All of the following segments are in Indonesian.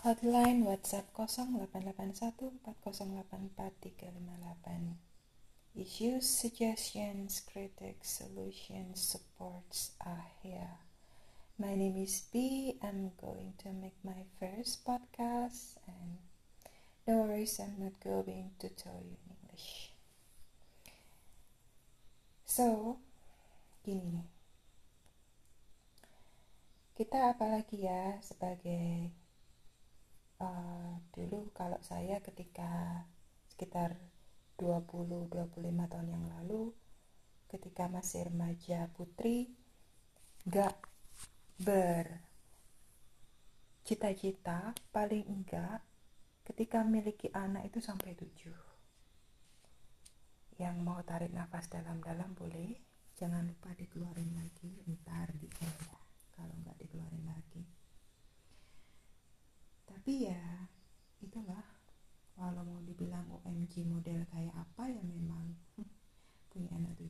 Hotline WhatsApp 088140843558. Issues, suggestions, critics, solutions, supports are here. My name is B. I'm going to make my first podcast, and no worries, I'm not going to tell you in English. So, gini nih. Kita apalagi ya sebagai dulu kalau saya ketika sekitar 20-25 tahun yang lalu, ketika masih remaja putri, gak bercita-cita, paling enggak ketika memiliki anak itu sampai 7. Yang mau tarik nafas dalam-dalam boleh, jangan lupa dikeluarin lagi, ntar dienda kalau enggak dikeluarin lagi. Tapi ya itulah, walau mau dibilang OMG model kayak apa ya memang punya anak 7.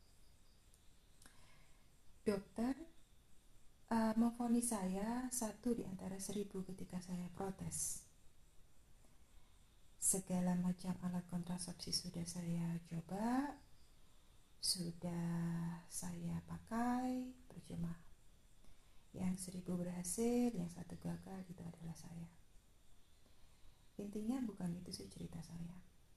Dokter memvonis saya 1 di antara 1000 ketika saya protes. Segala macam alat kontrasepsi sudah saya coba, sudah saya pakai, percuma. Yang 1000 berhasil, yang 1 gagal, itu adalah saya. Intinya bukan itu sih cerita saya,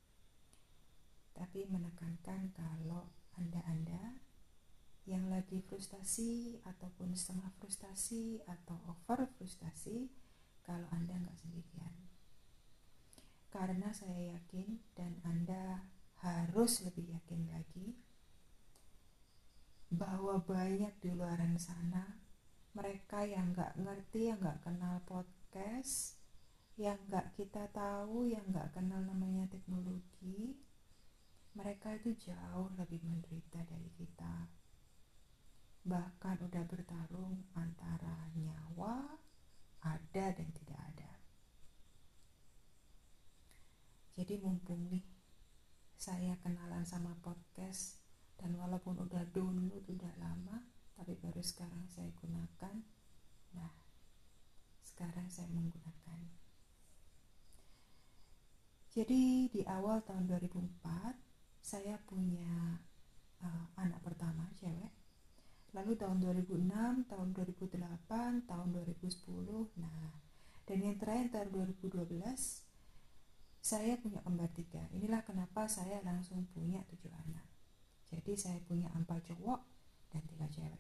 tapi menekankan kalau Anda yang lagi frustasi ataupun setengah frustasi atau over frustasi, kalau Anda nggak sendirian. Karena saya yakin, dan Anda harus lebih yakin lagi, bahwa banyak di luar sana mereka yang nggak ngerti, yang nggak kenal podcast, yang nggak kita tahu, yang nggak kenal namanya teknologi. Mereka itu jauh lebih menderita dari kita. Bahkan udah bertarung antara nyawa ada dan tidak ada. Jadi mumpung nih saya kenalan sama podcast, dan walaupun udah download udah lama, tapi baru sekarang saya gunakan. Nah, sekarang saya menggunakan. Jadi di awal tahun 2004 saya punya anak pertama cewek. Lalu tahun 2006, tahun 2008, tahun 2010. Nah, dan yang terakhir tahun 2012 saya punya kembar 3. Inilah kenapa saya langsung punya 7 anak. Jadi saya punya 4 cowok dan 3 cewek.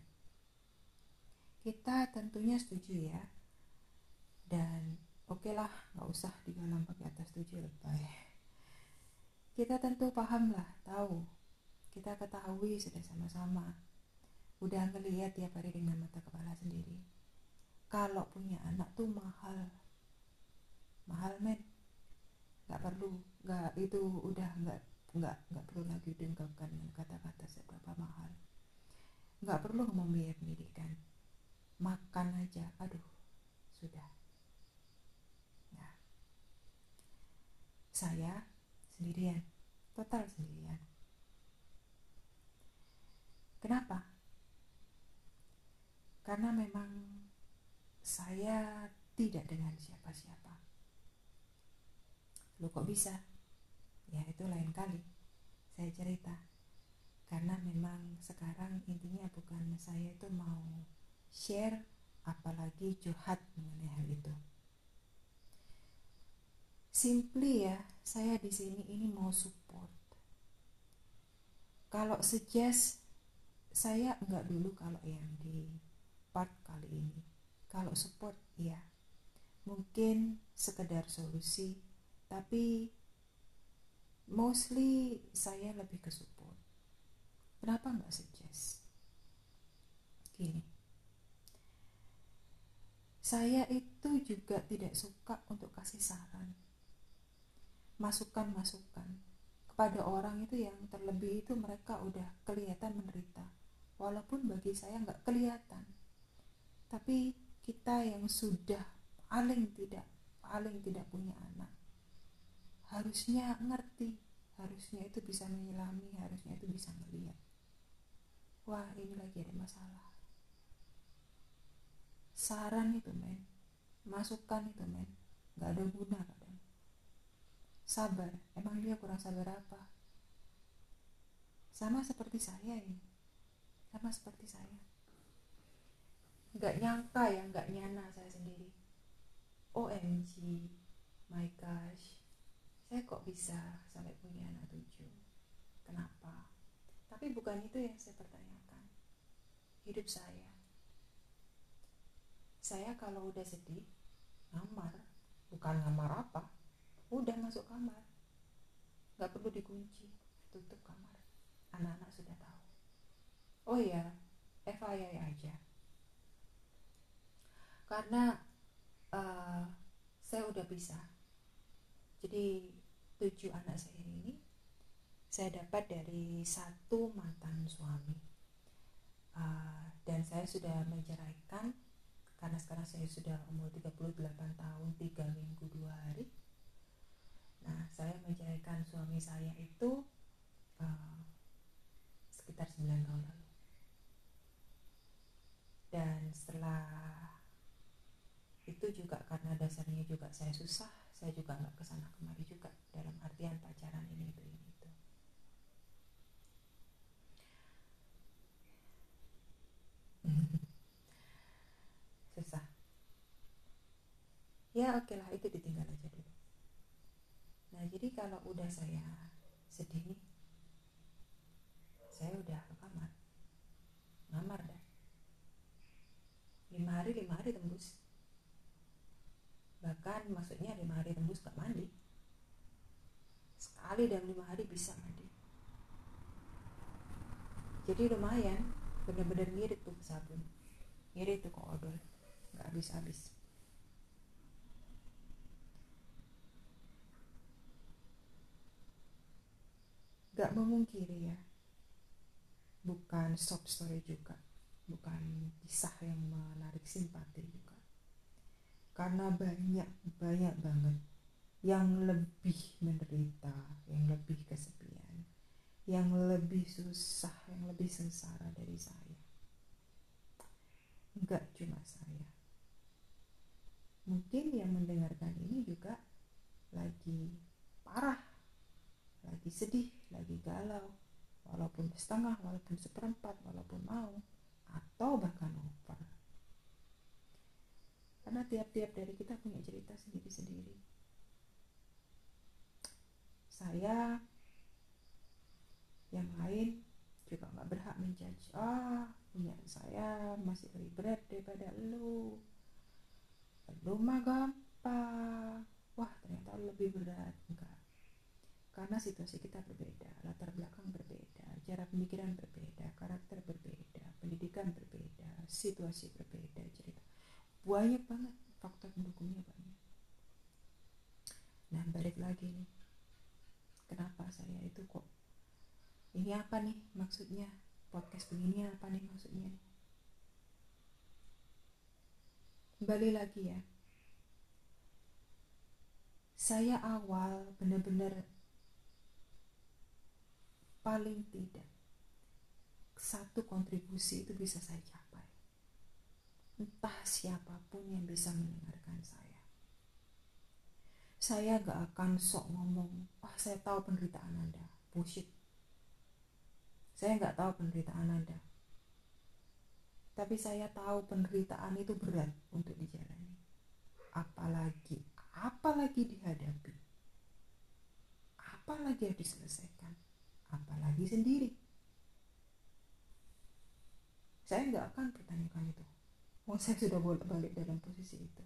Kita tentunya setuju ya. Dan oke lah, gak usah digalang pakai atas 7 lebay. Kita tentu paham lah, tahu. Kita ketahui sudah sama-sama. Udah ngelihat tiap hari dengan mata kepala sendiri. Kalau punya anak tuh mahal. Mahal men. Gak perlu, gak itu udah gak perlu lagi diungkapkan dengan kata-kata seberapa mahal. Gak perlu ngomong biaya pendidikan. Makan aja, aduh, sudah. Nah, saya sendirian, total sendirian. Kenapa? Karena memang saya tidak dengan siapa-siapa. Loh kok bisa? Ya itu lain kali saya cerita. Karena memang sekarang intinya bukan saya itu mau share, apalagi curhat mengenai hal itu. Simply ya, saya di sini ini mau support. Kalau suggest, saya enggak dulu kalau yang di part kali ini. Kalau support, ya mungkin sekedar solusi, tapi mostly saya lebih ke support. Kenapa enggak suggest? Gini, saya itu juga tidak suka untuk kasih saran, masukan kepada orang itu yang terlebih itu mereka udah kelihatan menderita. Walaupun bagi saya nggak kelihatan, tapi kita yang sudah paling tidak punya anak harusnya ngerti, harusnya itu bisa menyelami, harusnya itu bisa melihat, wah ini lagi ada masalah. Saran itu men, masukan itu men, nggak ada guna kadang. Sabar, emang dia kurang sabar apa? Sama seperti saya ini, sama seperti saya. Nggak nyangka ya, nggak nyana saya sendiri. OMG, my gosh, saya kok bisa sampai punya anak 7? Kenapa? Tapi bukan itu yang saya pertanyakan. Hidup saya kalau udah sedih, ngamar. Bukan ngamar apa, udah masuk kamar, nggak perlu dikunci, tutup kamar. Anak-anak sudah tahu. Oh iya, FYI aja, karena saya udah pisah. Jadi 7 anak saya ini saya dapat dari satu mantan suami, dan saya sudah menceraikan karena sekarang saya sudah umur 38 tahun 3 minggu 2 hari. Nah, saya menceraikan suami saya itu sekitar 9 tahun lalu. Dan setelah itu juga karena dasarnya juga saya susah, saya juga nggak kesana kemari juga, dalam artian pacaran ini itu. Susah. Ya oke lah, itu ditinggal aja dulu. Nah, jadi kalau udah saya sedih nih, saya udah ke kamar, ngamar dah. 5 hari tembus. Bahkan maksudnya 5 hari tembus gak mandi. Sekali dalam 5 hari bisa mandi. Jadi lumayan, bener-bener ngirit tuh sabun, ngirit tuh ke odol, gak habis-habis. Gak memungkiri ya, bukan sob story juga, bukan kisah yang menarik simpati juga, karena banyak banget yang lebih menderita, yang lebih kesepian, yang lebih susah, yang lebih sengsara dari saya. Enggak cuma saya, mungkin yang mendengarkan ini juga lagi parah, lagi sedih, lagi galau, walaupun setengah, walaupun seperempat, walaupun mau, atau bahkan over. Karena tiap-tiap dari kita punya cerita sendiri-sendiri. Saya, yang lain juga gak berhak menjudge, punya saya masih lebih berat daripada lu mah gampang, wah ternyata lebih berat. Enggak, karena situasi kita berbeda, latar belakang berbeda, cara pemikiran berbeda, karakter berbeda, pendidikan berbeda, situasi berbeda, cerita banyak banget, faktor pendukungnya banyak. Nah, balik lagi nih, kenapa saya itu kok ini apa nih maksudnya, podcast begini apa nih maksudnya nih. Kembali lagi ya, saya awal bener-bener paling tidak satu kontribusi itu bisa saya capai, entah siapapun yang bisa mendengarkan saya gak akan sok ngomong, saya tahu penderitaan Anda, bullshit. Saya gak tahu penderitaan Anda, tapi saya tahu penderitaan itu berat untuk dijalani, apalagi dihadapi, apalagi harus diselesaikan, apalagi sendiri. Saya gak akan pertanyakan itu, saya sudah bolak-balik dalam posisi itu.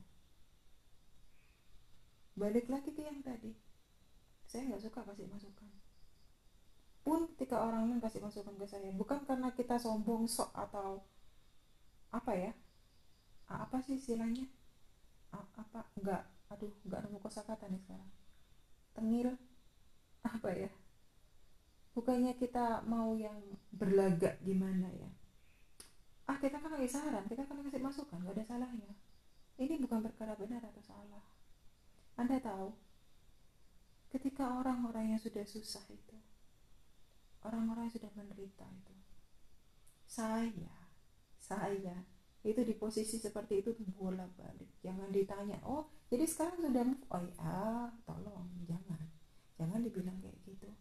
Balik lagi ke yang tadi, saya gak suka kasih masukan. Pun ketika orang lain kasih masukan ke saya, bukan karena kita sombong, sok, atau apa ya, apa sih istilahnya, nggak nemu kosakata nih sekarang, tengil, apa ya, bukannya kita mau yang berlagak gimana ya, kita kan lagi saran, kita kan kasih masukan, gak ada salahnya. Ini bukan perkara benar atau salah. Anda tahu, ketika orang-orang yang sudah susah itu, orang-orang yang sudah menderita itu, saya itu di posisi seperti itu tuh bolak-balik. Jangan ditanya, Jadi sekarang sudah move on. Tolong jangan dibilang kayak gitu.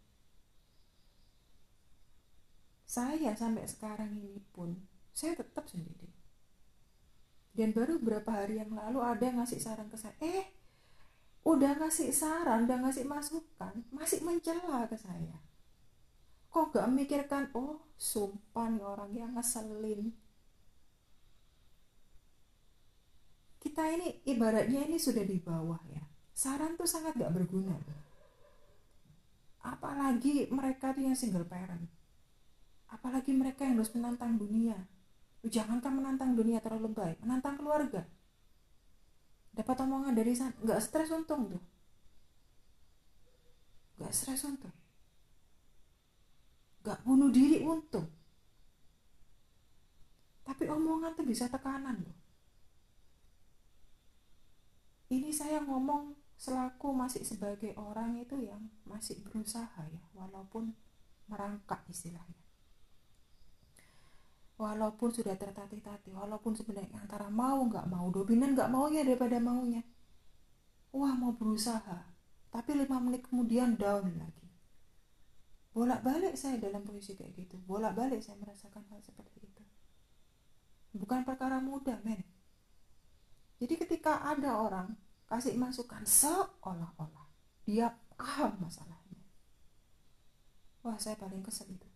Saya sampai sekarang ini pun saya tetap sendiri. Dan baru beberapa hari yang lalu ada yang ngasih saran ke saya. Udah ngasih saran, udah ngasih masukan, masih mencela ke saya. Kok gak memikirkan, sumpah nih orang yang ngeselin. Kita ini ibaratnya ini sudah di bawah ya. Saran tuh sangat gak berguna. Apalagi mereka tuh yang single parent. Apalagi mereka yang harus menantang dunia. Jangankan menantang dunia terlalu baik, menantang keluarga. Dapat omongan dari sana, gak stres untung tuh. Gak stres untung. Gak bunuh diri untung. Tapi omongan tuh bisa tekanan loh. Ini saya ngomong selaku masih sebagai orang itu yang masih berusaha ya, walaupun merangkak istilahnya. Walaupun sudah tertatih-tatih, walaupun sebenarnya antara mau nggak mau, dominan nggak maunya daripada maunya. Wah, mau berusaha, tapi 5 menit kemudian down lagi. Bolak-balik saya dalam posisi kayak gitu, bolak-balik saya merasakan hal seperti itu. Bukan perkara mudah, men. Jadi ketika ada orang kasih masukan seolah-olah dia paham masalahnya, wah saya paling kesel itu.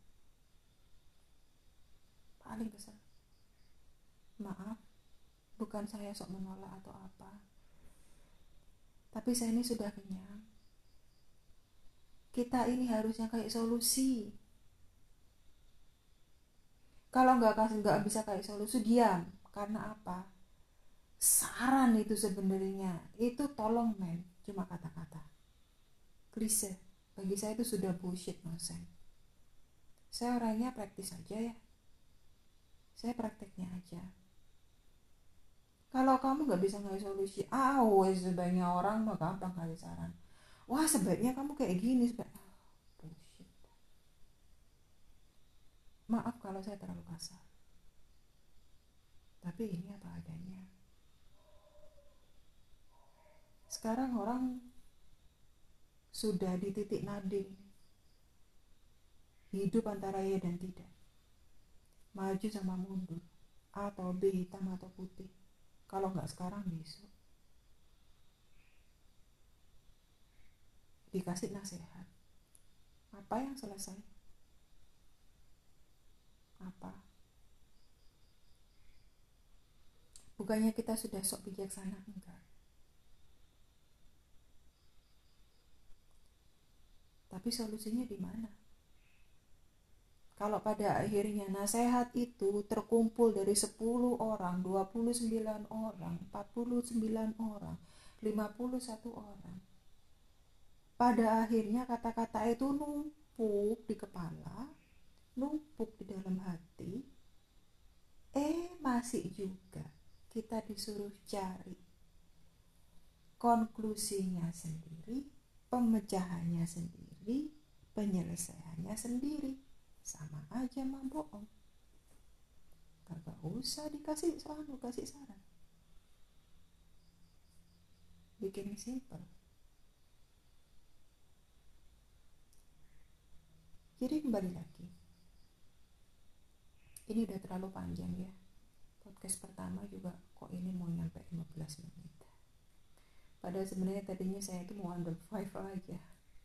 Paling kesel. Maaf, bukan saya sok menolak atau apa, tapi saya ini sudah kenyang. Kita ini harusnya kayak solusi. Kalau nggak bisa kayak solusi, diam. Karena apa? Saran itu sebenarnya itu tolong men, cuma kata-kata klise. Bagi saya itu sudah bullshit, nonsense. Saya orangnya praktis aja ya, saya prakteknya aja. Kalau kamu nggak bisa ngasih solusi, sebaiknya orang mah gampang kasih saran. Wah sebaiknya kamu kayak gini, bullshit. Maaf kalau saya terlalu kasar, tapi ini apa adanya. Sekarang orang sudah di titik nading, hidup antara ya dan tidak, maju sama mundur, A atau B, hitam atau putih. Kalau nggak sekarang besok. Dikasih nasihat, apa yang selesai? Apa? Bukannya kita sudah sok bijaksana, enggak. Tapi solusinya di mana? Kalau pada akhirnya nasihat itu terkumpul dari 10 orang, 29 orang, 49 orang, 51 orang. Pada akhirnya kata-kata itu numpuk di kepala, numpuk di dalam hati. Masih juga kita disuruh cari konklusinya sendiri, pemecahannya sendiri, penyelesaiannya sendiri. Sama aja mah bohong. Kagak usah dikasih saran. Bikin simple. Jadi kembali lagi, ini udah terlalu panjang ya. Podcast pertama juga kok ini mau nyampe 15 menit. Padahal sebenarnya tadinya saya itu mau under 5 aja.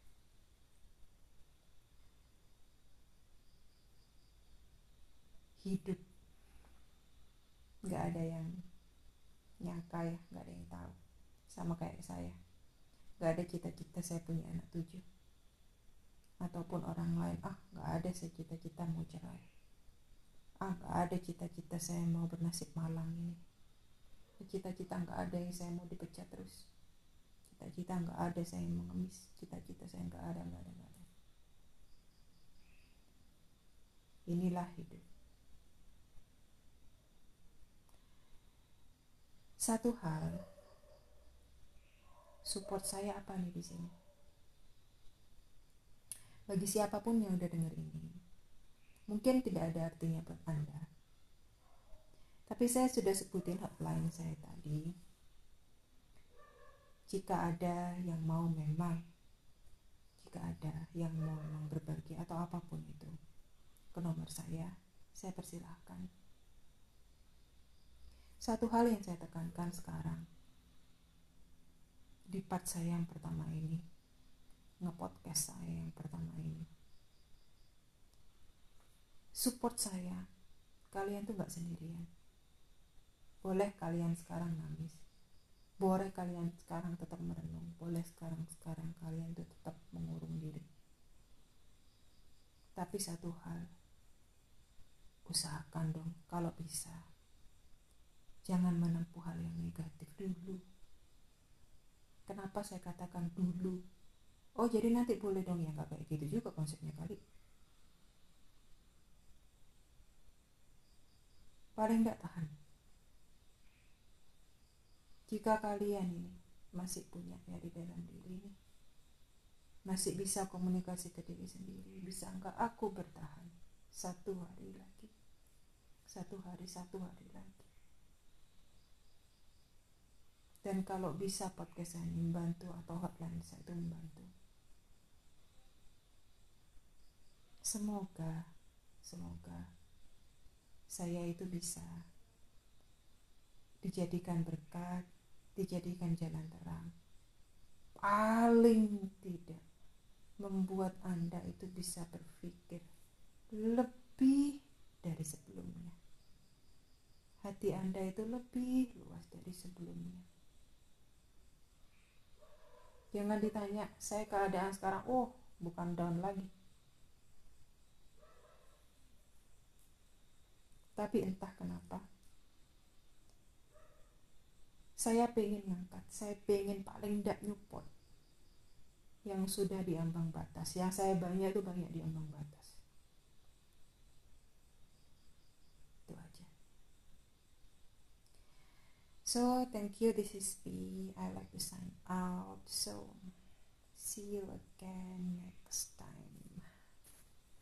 Hidup gak ada yang nyangka ya, gak ada yang tahu. Sama kayak saya, gak ada cita-cita saya punya anak 7. Ataupun orang lain, gak ada saya cita-cita mau cerai. Gak ada cita-cita saya mau bernasib malang ini. Cita-cita gak ada yang saya mau dipecat terus. Cita-cita gak ada saya yang mengemis. Cita-cita saya gak ada. Inilah hidup. Satu hal, support saya apa nih di sini? Bagi siapapun yang udah denger ini, mungkin tidak ada artinya buat Anda. Tapi saya sudah sebutin hotline saya tadi. Jika ada yang mau memang, jika ada yang mau memang berbagi atau apapun itu, ke nomor saya persilahkan. Satu hal yang saya tekankan sekarang, di part saya yang pertama ini, nge-podcast saya yang pertama ini, support saya. Kalian tuh gak sendirian. Boleh kalian sekarang nangis, boleh kalian sekarang tetap merenung, boleh sekarang kalian tuh tetap mengurung diri. Tapi satu hal, usahakan dong kalau bisa, jangan menempuh hal yang negatif dulu. Kenapa saya katakan dulu? Oh jadi nanti boleh dong ya, gak kayak gitu juga konsepnya kali. Paling gak tahan. Jika kalian ini masih punya ya di dalam diri ini, masih bisa komunikasi ke diri sendiri, bisa enggak aku bertahan satu hari lagi, satu hari lagi. Dan kalau bisa podcast saya membantu atau hotline saya itu membantu, semoga saya itu bisa dijadikan berkat, dijadikan jalan terang, paling tidak membuat Anda itu bisa berpikir lebih dari sebelumnya. Hati Anda itu lebih luas dari sebelumnya. Jangan ditanya, saya keadaan sekarang, bukan down lagi. Tapi entah kenapa, saya pengen ngangkat, saya pengen paling tidak nyupport yang sudah di ambang batas. Yang saya banyak itu banyak di ambang batas. Itu aja. So thank you, this is P. I like to sign out. So see you again next time.